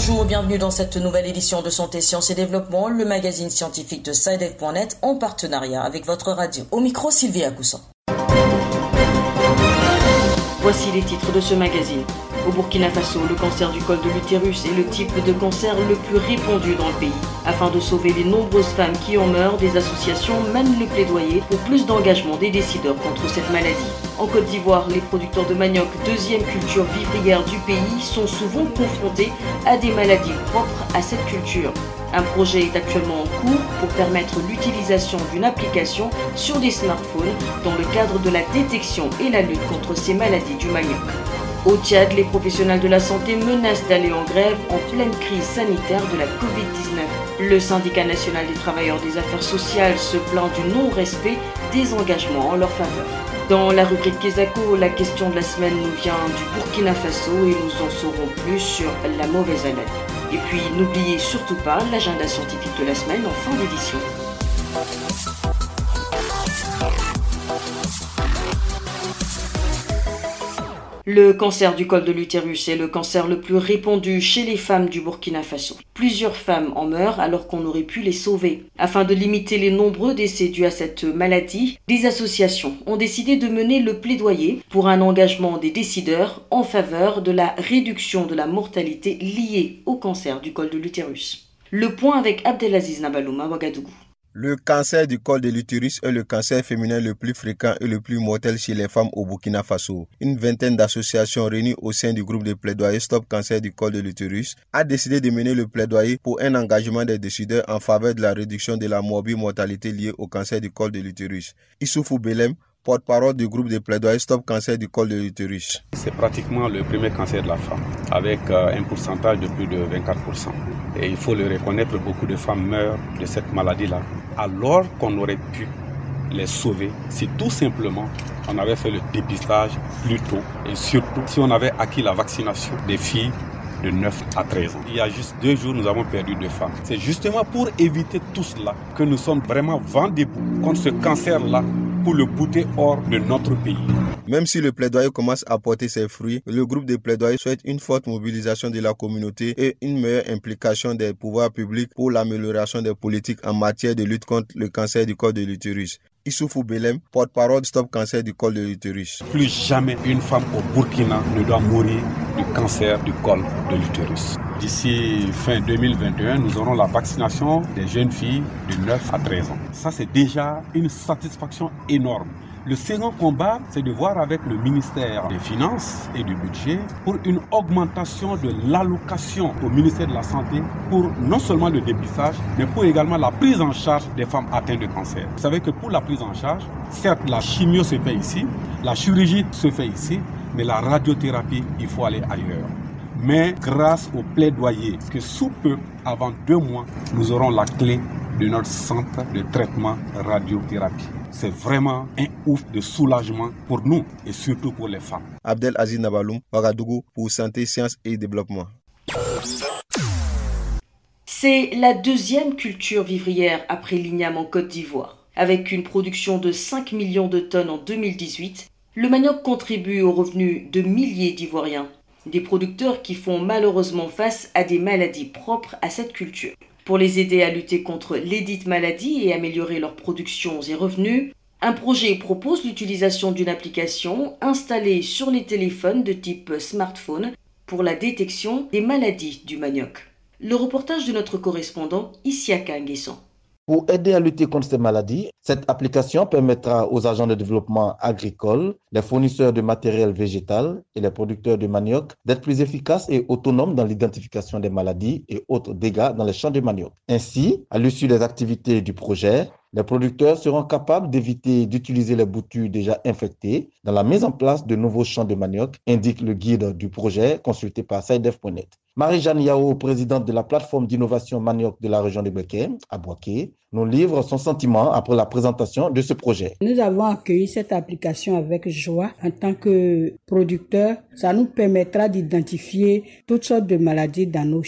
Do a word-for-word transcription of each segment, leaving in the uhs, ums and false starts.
Bonjour, bienvenue dans cette nouvelle édition de Santé, Sciences et Développement, le magazine scientifique de SciDev point net en partenariat avec votre radio. Au micro, Sylvie Akousan. Voici les titres de ce magazine. Au Burkina Faso, le cancer du col de l'utérus est le type de cancer le plus répandu dans le pays. Afin de sauver les nombreuses femmes qui en meurent, des associations mènent le plaidoyer pour plus d'engagement des décideurs contre cette maladie. En Côte d'Ivoire, les producteurs de manioc, deuxième culture vivrière du pays, sont souvent confrontés à des maladies propres à cette culture. Un projet est actuellement en cours pour permettre l'utilisation d'une application sur des smartphones dans le cadre de la détection et la lutte contre ces maladies du manioc. Au Tchad, les professionnels de la santé menacent d'aller en grève en pleine crise sanitaire de la covid dix-neuf. Le syndicat national des travailleurs des affaires sociales se plaint du non-respect des engagements en leur faveur. Dans la rubrique Kesako, la question de la semaine nous vient du Burkina Faso et nous en saurons plus sur la mauvaise haleine. Et puis, n'oubliez surtout pas l'agenda scientifique de la semaine en fin d'édition. Le cancer du col de l'utérus est le cancer le plus répandu chez les femmes du Burkina Faso. Plusieurs femmes en meurent alors qu'on aurait pu les sauver. Afin de limiter les nombreux décès dus à cette maladie, des associations ont décidé de mener le plaidoyer pour un engagement des décideurs en faveur de la réduction de la mortalité liée au cancer du col de l'utérus. Le point avec Abdelaziz Nabaloum à Ouagadougou. Le cancer du col de l'utérus est le cancer féminin le plus fréquent et le plus mortel chez les femmes au Burkina Faso. Une vingtaine d'associations réunies au sein du groupe de plaidoyer Stop Cancer du col de l'utérus a décidé de mener le plaidoyer pour un engagement des décideurs en faveur de la réduction de la morbide mortalité liée au cancer du col de l'utérus. Issoufou Belem, porte-parole du groupe de plaidoyer Stop Cancer du col de l'utérus. C'est pratiquement le premier cancer de la femme, avec un pourcentage de plus de vingt-quatre pour cent. Et il faut le reconnaître, beaucoup de femmes meurent de cette maladie-là, alors qu'on aurait pu les sauver si tout simplement on avait fait le dépistage plus tôt et surtout si on avait acquis la vaccination des filles de neuf à treize ans. Il y a juste deux jours, nous avons perdu deux femmes. C'est justement pour éviter tout cela que nous sommes vraiment vent debout contre ce cancer-là, pour le bouter hors de notre pays. Même si le plaidoyer commence à porter ses fruits, le groupe de plaidoyer souhaite une forte mobilisation de la communauté et une meilleure implication des pouvoirs publics pour l'amélioration des politiques en matière de lutte contre le cancer du col de l'utérus. Issoufou Belem, porte-parole Stop Cancer du col de l'utérus. Plus jamais une femme au Burkina ne doit mourir du cancer du col de l'utérus. D'ici fin deux mille vingt et un, nous aurons la vaccination des jeunes filles de neuf à treize ans. Ça, c'est déjà une satisfaction énorme. Le second combat, c'est de voir avec le ministère des Finances et du Budget pour une augmentation de l'allocation au ministère de la Santé pour non seulement le dépistage, mais pour également la prise en charge des femmes atteintes de cancer. Vous savez que pour la prise en charge, certes, la chimio se fait ici, la chirurgie se fait ici, mais la radiothérapie, il faut aller ailleurs. Mais grâce au plaidoyer que sous peu, avant deux mois, nous aurons la clé de notre centre de traitement radiothérapie. C'est vraiment un ouf de soulagement pour nous et surtout pour les femmes. Abdelaziz Nabaloum, Ouagadougou, pour Santé, Sciences et Développement. C'est la deuxième culture vivrière après l'igname en Côte d'Ivoire. Avec une production de cinq millions de tonnes en deux mille dix-huit, le manioc contribue aux revenus de milliers d'Ivoiriens. Des producteurs qui font malheureusement face à des maladies propres à cette culture. Pour les aider à lutter contre lesdites maladies et améliorer leurs productions et revenus, un projet propose l'utilisation d'une application installée sur les téléphones de type smartphone pour la détection des maladies du manioc. Le reportage de notre correspondant Isiaka Nguesson. Pour aider à lutter contre ces maladies, cette application permettra aux agents de développement agricole, les fournisseurs de matériel végétal et les producteurs de manioc d'être plus efficaces et autonomes dans l'identification des maladies et autres dégâts dans les champs de manioc. Ainsi, à l'issue des activités du projet, les producteurs seront capables d'éviter d'utiliser les boutures déjà infectées dans la mise en place de nouveaux champs de manioc, indique le guide du projet consulté par SciDev point net. Marie-Jeanne Yao, présidente de la plateforme d'innovation manioc de la région de Beké, à Boaké, nous livre son sentiment après la présentation de ce projet. Nous avons accueilli cette application avec joie en tant que producteurs. Ça nous permettra d'identifier toutes sortes de maladies dans nos champs.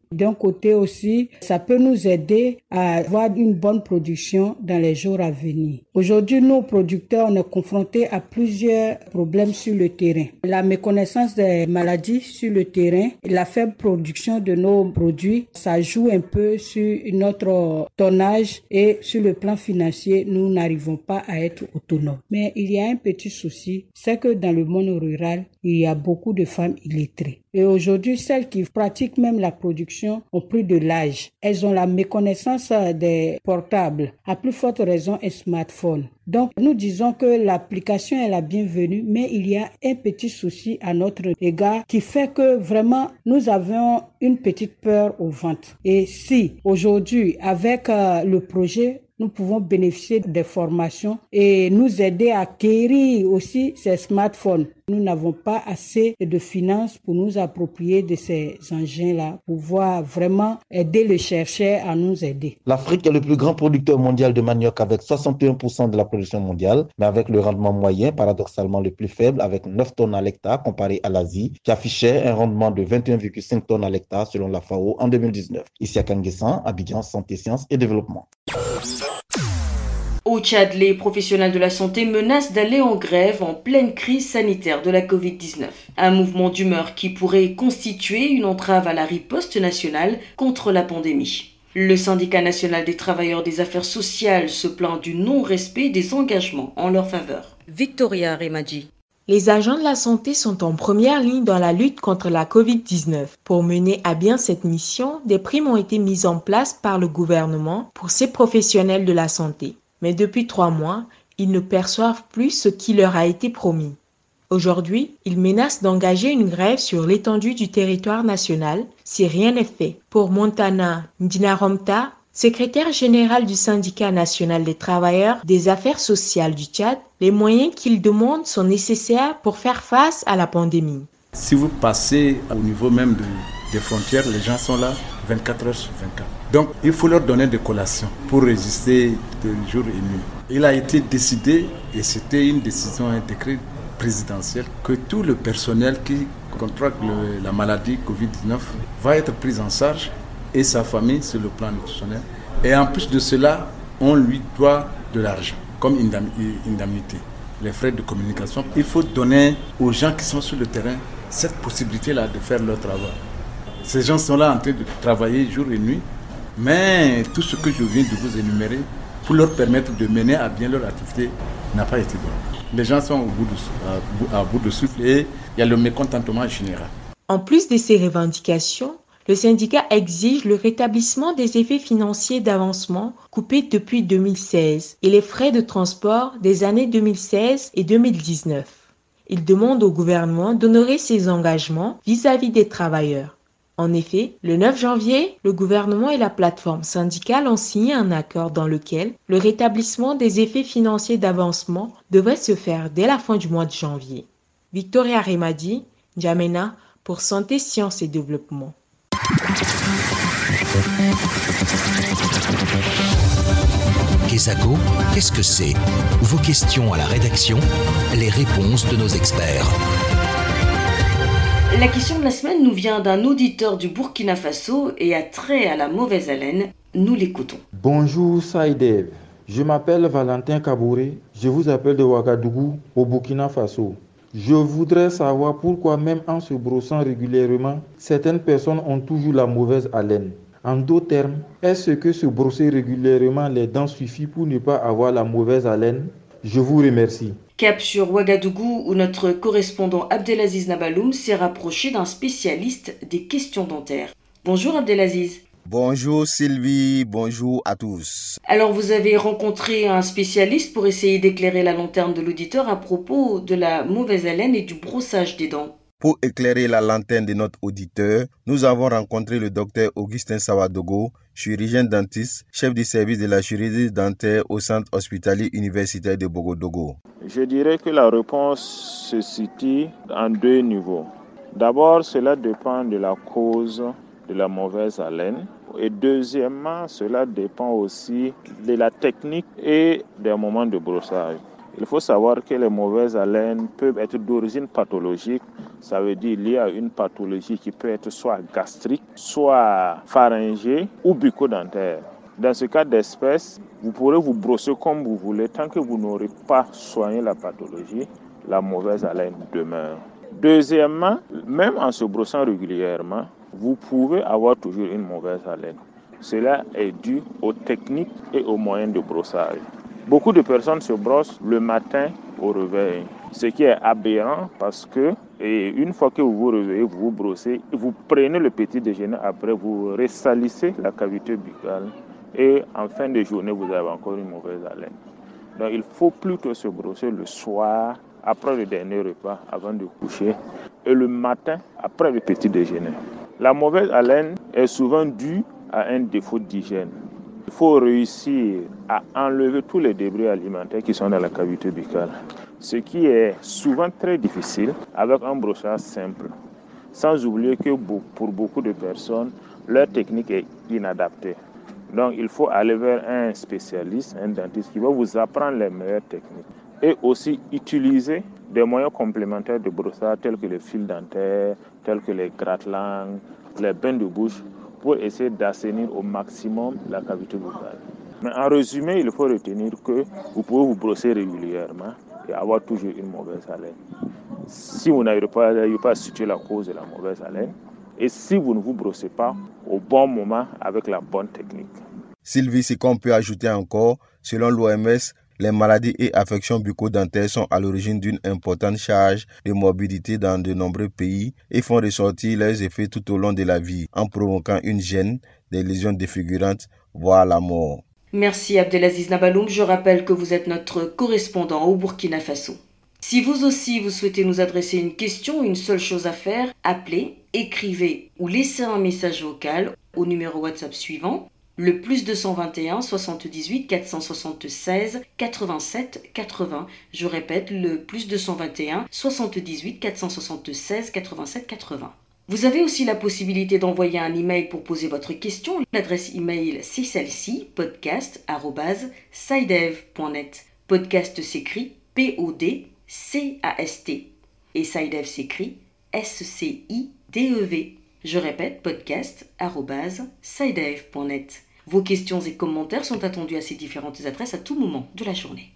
D'un côté aussi, ça peut nous aider à avoir une bonne production dans les jours à venir. Aujourd'hui, nos producteurs, on est confrontés à plusieurs problèmes sur le terrain. La méconnaissance des maladies sur le terrain, la faible production de nos produits, ça joue un peu sur notre tonnage et sur le plan financier, nous n'arrivons pas à être autonomes. Mais il y a un petit souci, c'est que dans le monde rural, il y a beaucoup de femmes illettrées. Et aujourd'hui, celles qui pratiquent même la production ont pris de l'âge. Elles ont la méconnaissance des portables, à plus forte raison un smartphone. Donc, nous disons que l'application est la bienvenue, mais il y a un petit souci à notre égard qui fait que vraiment, nous avons une petite peur au ventre. Et si, aujourd'hui, avec euh, le projet, nous pouvons bénéficier des formations et nous aider à acquérir aussi ces smartphones. Nous n'avons pas assez de finances pour nous approprier de ces engins-là, pour pouvoir vraiment aider le chercheur à nous aider. L'Afrique est le plus grand producteur mondial de manioc avec soixante et un pour cent de la production mondiale, mais avec le rendement moyen paradoxalement le plus faible avec neuf tonnes à l'hectare comparé à l'Asie, qui affichait un rendement de vingt et un virgule cinq tonnes à l'hectare selon la F A O en deux mille dix-neuf. Ici à Kanguessan, Abidjan, Santé, Sciences et Développement. Au Tchad, les professionnels de la santé menacent d'aller en grève en pleine crise sanitaire de la covid dix-neuf. Un mouvement d'humeur qui pourrait constituer une entrave à la riposte nationale contre la pandémie. Le syndicat national des travailleurs des affaires sociales se plaint du non-respect des engagements en leur faveur. Victoria Remadji. Les agents de la santé sont en première ligne dans la lutte contre la covid dix-neuf. Pour mener à bien cette mission, des primes ont été mises en place par le gouvernement pour ces professionnels de la santé. Mais depuis trois mois, ils ne perçoivent plus ce qui leur a été promis. Aujourd'hui, ils menacent d'engager une grève sur l'étendue du territoire national si rien n'est fait. Pour Montana Ndinaromta, secrétaire général du syndicat national des travailleurs des affaires sociales du Tchad, les moyens qu'ils demandent sont nécessaires pour faire face à la pandémie. Si vous passez au niveau même de, des frontières, les gens sont là vingt-quatre heures sur vingt-quatre. Donc, il faut leur donner des collations pour résister de jour et nuit. Il a été décidé, et c'était une décision, un décret présidentiel, que tout le personnel qui contracte le, la maladie covid dix-neuf va être pris en charge et sa famille sur le plan nutritionnel. Et en plus de cela, on lui doit de l'argent comme indemnité, les frais de communication. Il faut donner aux gens qui sont sur le terrain cette possibilité-là de faire leur travail. Ces gens sont là en train de travailler jour et nuit, mais tout ce que je viens de vous énumérer pour leur permettre de mener à bien leur activité n'a pas été bon. Les gens sont au bout de, à, à bout de souffle et il y a le mécontentement général. En plus de ces revendications, le syndicat exige le rétablissement des effets financiers d'avancement coupés depuis deux mille seize et les frais de transport des années deux mille seize et deux mille dix-neuf. Il demande au gouvernement d'honorer ses engagements vis-à-vis des travailleurs. En effet, le neuf janvier, le gouvernement et la plateforme syndicale ont signé un accord dans lequel le rétablissement des effets financiers d'avancement devrait se faire dès la fin du mois de janvier. Victoria Remadi, N'Djamena, pour Santé, Sciences et Développement. Kesako, qu'est-ce que c'est? Vos questions à la rédaction, les réponses de nos experts. La question de la semaine nous vient d'un auditeur du Burkina Faso et a trait à la mauvaise haleine. Nous l'écoutons. Bonjour Saïdev, je m'appelle Valentin Kabouré, je vous appelle de Ouagadougou au Burkina Faso. Je voudrais savoir pourquoi même en se brossant régulièrement, certaines personnes ont toujours la mauvaise haleine. En d'autres termes, est-ce que se brosser régulièrement les dents suffit pour ne pas avoir la mauvaise haleine? Je vous remercie. Cap sur Ouagadougou où notre correspondant Abdelaziz Nabaloum s'est rapproché d'un spécialiste des questions dentaires. Bonjour Abdelaziz. Bonjour Sylvie, bonjour à tous. Alors vous avez rencontré un spécialiste pour essayer d'éclairer la lanterne de l'auditeur à propos de la mauvaise haleine et du brossage des dents. Pour éclairer la lanterne de notre auditeur, nous avons rencontré le docteur Augustin Sawadogo, chirurgien dentiste, chef du service de la chirurgie dentaire au centre hospitalier universitaire de Bogodogo. Je dirais que la réponse se situe en deux niveaux. D'abord, cela dépend de la cause de la mauvaise haleine. Et deuxièmement, cela dépend aussi de la technique et des moments de brossage. Il faut savoir que les mauvaises haleines peuvent être d'origine pathologique, Ça veut dire lié à une pathologie qui peut être soit gastrique, soit pharyngée ou bucco-dentaire. Dans ce cas d'espèce, vous pourrez vous brosser comme vous voulez. Tant que vous n'aurez pas soigné la pathologie, la mauvaise haleine demeure. Deuxièmement, même en se brossant régulièrement, vous pouvez avoir toujours une mauvaise haleine. Cela est dû aux techniques et aux moyens de brossage. Beaucoup de personnes se brossent le matin au réveil, ce qui est aberrant parce que et une fois que vous vous réveillez, vous vous brossez, vous prenez le petit déjeuner après, vous ressalissez la cavité buccale et en fin de journée, vous avez encore une mauvaise haleine. Donc il faut plutôt se brosser le soir, après le dernier repas, avant de coucher, et le matin, après le petit déjeuner. La mauvaise haleine est souvent due à un défaut d'hygiène. Il faut réussir à enlever tous les débris alimentaires qui sont dans la cavité buccale, ce qui est souvent très difficile avec un brossage simple. Sans oublier que pour beaucoup de personnes, leur technique est inadaptée. Donc il faut aller vers un spécialiste, un dentiste qui va vous apprendre les meilleures techniques. Et aussi utiliser des moyens complémentaires de brossage tels que les fils dentaires, tels que les gratte-langues, les bains de bouche, pour essayer d'assainir au maximum la cavité buccale. Mais en résumé, il faut retenir que vous pouvez vous brosser régulièrement et avoir toujours une mauvaise haleine. Si vous n'arrivez pas, pas à situer la cause de la mauvaise haleine, et si vous ne vous brossez pas au bon moment avec la bonne technique. Sylvie, ce qu'on peut ajouter encore, selon l'O M S, les maladies et affections bucco-dentaires sont à l'origine d'une importante charge de morbidité dans de nombreux pays et font ressortir leurs effets tout au long de la vie, en provoquant une gêne, des lésions défigurantes, voire la mort. Merci Abdelaziz Nabaloum. Je rappelle que vous êtes notre correspondant au Burkina Faso. Si vous aussi vous souhaitez nous adresser une question, une seule chose à faire, appelez, écrivez ou laissez un message vocal au numéro WhatsApp suivant, le plus deux cent vingt et un soixante-dix-huit quatre cent soixante-seize quatre-vingt-sept quatre-vingts. Je répète, le plus deux cent vingt et un soixante-dix-huit quatre cent soixante-seize quatre-vingt-sept quatre-vingts. Vous avez aussi la possibilité d'envoyer un email pour poser votre question. L'adresse email c'est celle-ci, podcast arobase scidev point net. Podcast s'écrit P O D C A S T et Scidev s'écrit S C I D E V. Je répète, podcast arobase scidev point net. Vos questions et commentaires sont attendus à ces différentes adresses à tout moment de la journée.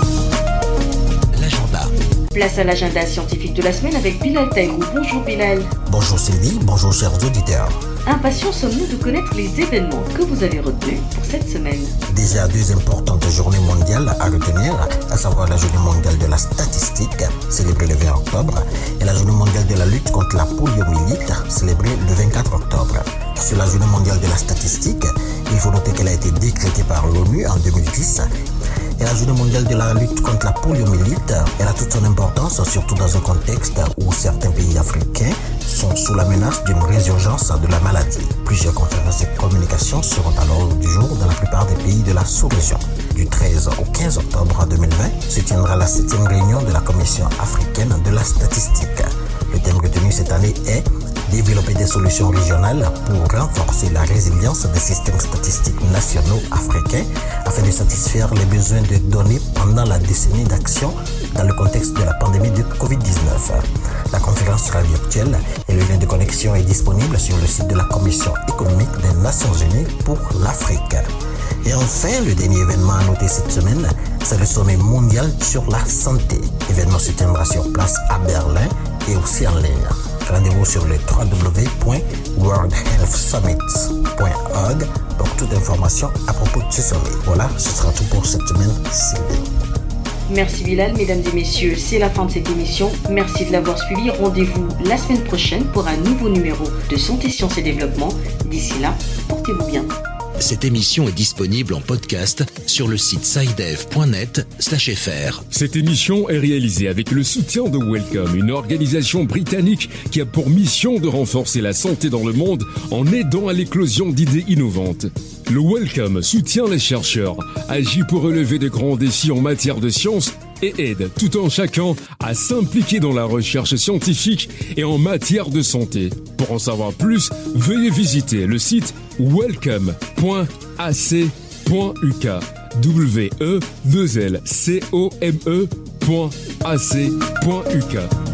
L'agenda. Place à l'agenda scientifique de la semaine avec Bilal Taïrou. Bonjour Bilal. Bonjour Sylvie, bonjour chers auditeurs. Impatients sommes-nous de connaître les événements que vous avez retenus pour cette semaine. Déjà deux importantes journées mondiales à retenir, à savoir la journée mondiale de la statistique, célébrée le vingt octobre, et la journée mondiale de la lutte contre la poliomyélite, célébrée le vingt-quatre octobre. Sur la journée mondiale de la statistique, il faut noter qu'elle a été décrétée par l'ONU en deux mille dix. Et la journée mondiale de la lutte contre la poliomyélite, elle a toute son importance, surtout dans un contexte où certains pays africains sont sous la menace d'une résurgence de la maladie. Plusieurs conférences et communications seront à l'ordre du jour dans la plupart des pays de la sous-région. Du treize au quinze octobre deux mille vingt se tiendra la septième réunion de la Commission africaine de la statistique. Le thème retenu cette année est développer des solutions régionales pour renforcer la résilience des systèmes statistiques nationaux africains afin de satisfaire les besoins de données pendant la décennie d'action dans le contexte de la pandémie de covid dix-neuf. La conférence sera virtuelle et le lien de connexion est disponible sur le site de la Commission économique des Nations Unies pour l'Afrique. Et enfin, le dernier événement à noter cette semaine, c'est le sommet mondial sur la santé. L'événement se tiendra sur place à Berlin et aussi en ligne. Rendez-vous sur le w w w point world health summit point org pour toute information à propos de ce sommet. Voilà, ce sera tout pour cette semaine. Sylvie. Merci Bilal, mesdames et messieurs, c'est la fin de cette émission. Merci de l'avoir suivi. Rendez-vous la semaine prochaine pour un nouveau numéro de Santé, Sciences et Développement. D'ici là, portez-vous bien. Cette émission est disponible en podcast sur le site scidev point net slash f r. Cette émission est réalisée avec le soutien de Wellcome, une organisation britannique qui a pour mission de renforcer la santé dans le monde en aidant à l'éclosion d'idées innovantes. Le Wellcome soutient les chercheurs, agit pour relever de grands défis en matière de sciences et aide tout un chacun à s'impliquer dans la recherche scientifique et en matière de santé. Pour en savoir plus, veuillez visiter le site wellcome point a c point u k w e deux l c o m e point a c point u k.